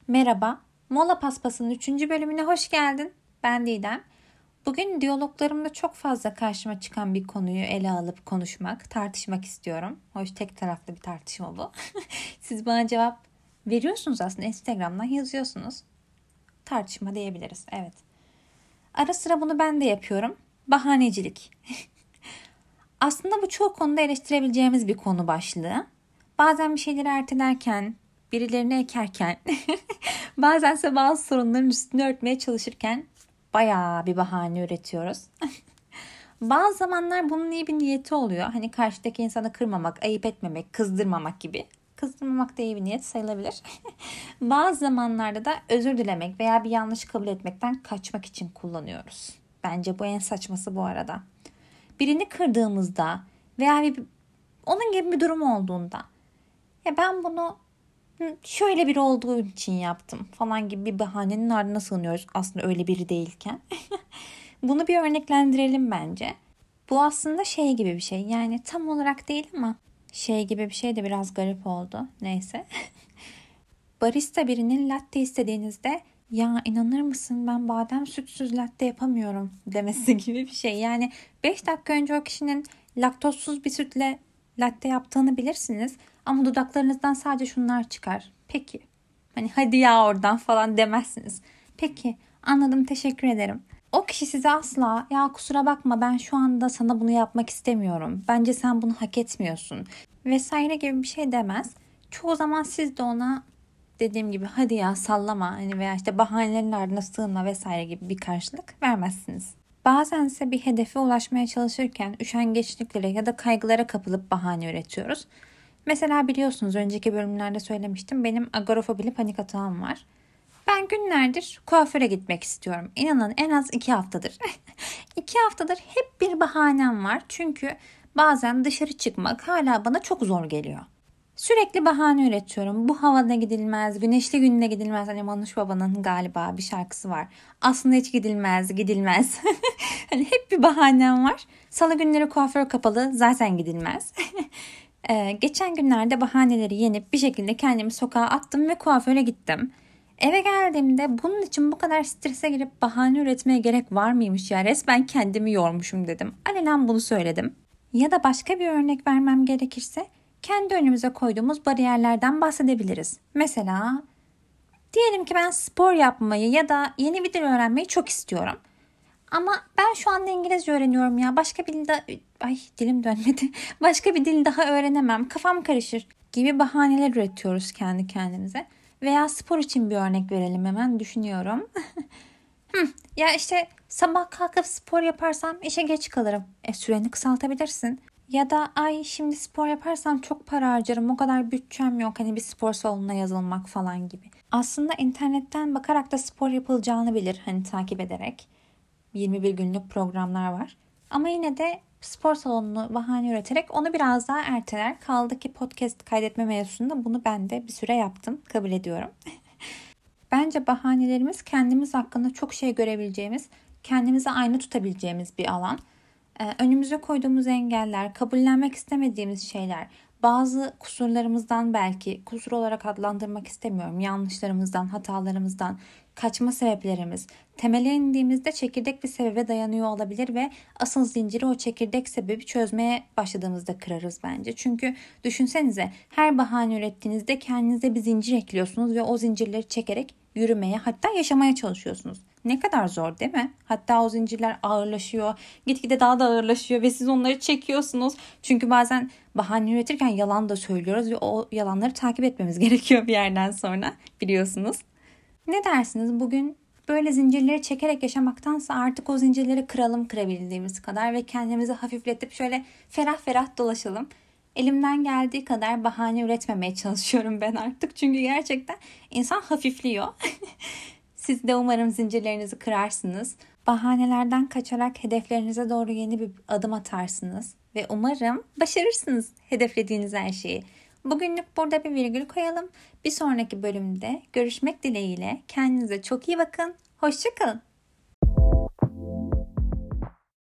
Merhaba, Mola Paspas'ın 3. bölümüne hoş geldin. Ben Didem. Bugün diyaloglarımda çok fazla karşıma çıkan bir konuyu ele alıp konuşmak, tartışmak istiyorum. Hoş tek taraflı bir tartışma bu. Siz bana cevap veriyorsunuz aslında Instagram'dan yazıyorsunuz. Tartışma diyebiliriz, evet. Ara sıra bunu ben de yapıyorum. Bahanecilik. Aslında bu çoğu konuda eleştirebileceğimiz bir konu başlığı. Bazen bir şeyleri ertelerken, birilerini ekerken, bazense bazı sorunların üstünü örtmeye çalışırken bayağı bir bahane üretiyoruz. Bazı zamanlar bunun iyi bir niyeti oluyor. Hani karşıdaki insanı kırmamak, ayıp etmemek, kızdırmamak gibi. Kızdırmamak da iyi bir niyet sayılabilir. Bazı zamanlarda da özür dilemek veya bir yanlış kabul etmekten kaçmak için kullanıyoruz. Bence bu en saçması bu arada. Birini kırdığımızda veya onun gibi bir durum olduğunda ya ben bunu şöyle biri olduğu için yaptım falan gibi bir bahanenin ardına sığınıyoruz aslında öyle biri değilken. Bunu bir örneklendirelim bence. Bu aslında şey gibi bir şey. Yani tam olarak değil ama şey gibi bir şey de biraz garip oldu. Neyse. Barista birinin latte istediğinizde ya inanır mısın ben badem sütsüz latte yapamıyorum demesi gibi bir şey. Yani 5 dakika önce o kişinin laktozsuz bir sütle latte yaptığını bilirsiniz ama dudaklarınızdan sadece şunlar çıkar. Peki. Hani hadi ya oradan falan demezsiniz. Peki anladım teşekkür ederim. O kişi size asla ya kusura bakma ben şu anda sana bunu yapmak istemiyorum. Bence sen bunu hak etmiyorsun vesaire gibi bir şey demez. Çoğu zaman siz de ona dediğim gibi hadi ya sallama hani veya işte bahanelerin ardına sığınma vesaire gibi bir karşılık vermezsiniz. Bazense bir hedefe ulaşmaya çalışırken üşengeçliklere ya da kaygılara kapılıp bahane üretiyoruz. Mesela biliyorsunuz önceki bölümlerde söylemiştim benim agorafobili panik atağım var. Ben günlerdir kuaföre gitmek istiyorum. İnanın en az 2 haftadır. 2 haftadır hep bir bahanem var. Çünkü bazen dışarı çıkmak hala bana çok zor geliyor. Sürekli bahane üretiyorum. Bu havada gidilmez, güneşli günde gidilmez. Hani Manuş Baba'nın galiba bir şarkısı var. Aslında hiç gidilmez, gidilmez. Hani hep bir bahanem var. Salı günleri kuaför kapalı, zaten gidilmez. Geçen günlerde bahaneleri yenip bir şekilde kendimi sokağa attım ve kuaföre gittim. Eve geldiğimde bunun için bu kadar strese girip bahane üretmeye gerek var mıymış ya resmen kendimi yormuşum dedim. Alenen bunu söyledim. Ya da başka bir örnek vermem gerekirse kendi önümüze koyduğumuz bariyerlerden bahsedebiliriz. Mesela diyelim ki ben spor yapmayı ya da yeni bir dil öğrenmeyi çok istiyorum. Ama ben şu anda İngilizce öğreniyorum ya. Başka bir dil ay dilim dönmedi. Başka bir dil daha öğrenemem. Kafam karışır gibi bahaneler üretiyoruz kendi kendimize. Veya spor için bir örnek verelim hemen düşünüyorum. Ya işte sabah kalkıp spor yaparsam işe geç kalırım. Süreni kısaltabilirsin. Ya da ay şimdi spor yaparsam çok para harcarım. O kadar bütçem yok. Hani bir spor salonuna yazılmak falan gibi. Aslında internetten bakarak da spor yapılacağını bilir. Hani takip ederek. 21 günlük programlar var. Ama yine de spor salonunu bahane üreterek onu biraz daha erteler. Kaldı ki podcast kaydetme mevzusunda bunu ben de bir süre yaptım. Kabul ediyorum. Bence bahanelerimiz kendimiz hakkında çok şey görebileceğimiz, kendimize aynı tutabileceğimiz bir alan. Önümüze koyduğumuz engeller, kabullenmek istemediğimiz şeyler, bazı kusurlarımızdan belki kusur olarak adlandırmak istemiyorum. Yanlışlarımızdan, hatalarımızdan, kaçma sebeplerimiz. Temele indiğimizde çekirdek bir sebebe dayanıyor olabilir ve asıl zinciri o çekirdek sebebi çözmeye başladığımızda kırarız bence. Çünkü düşünsenize her bahane ürettiğinizde kendinize bir zincir ekliyorsunuz ve o zincirleri çekerek yürümeye hatta yaşamaya çalışıyorsunuz. Ne kadar zor değil mi? Hatta o zincirler ağırlaşıyor. Gitgide daha da ağırlaşıyor ve siz onları çekiyorsunuz. Çünkü bazen bahane üretirken yalan da söylüyoruz ve o yalanları takip etmemiz gerekiyor bir yerden sonra biliyorsunuz. Ne dersiniz bugün böyle zincirleri çekerek yaşamaktansa artık o zincirleri kıralım kırabildiğimiz kadar ve kendimizi hafifletip şöyle ferah ferah dolaşalım. Elimden geldiği kadar bahane üretmemeye çalışıyorum ben artık. Çünkü gerçekten insan hafifliyor. Siz de umarım zincirlerinizi kırarsınız. Bahanelerden kaçarak hedeflerinize doğru yeni bir adım atarsınız. Ve umarım başarırsınız hedeflediğiniz her şeyi. Bugünlük burada bir virgül koyalım. Bir sonraki bölümde görüşmek dileğiyle. Kendinize çok iyi bakın. Hoşça kalın.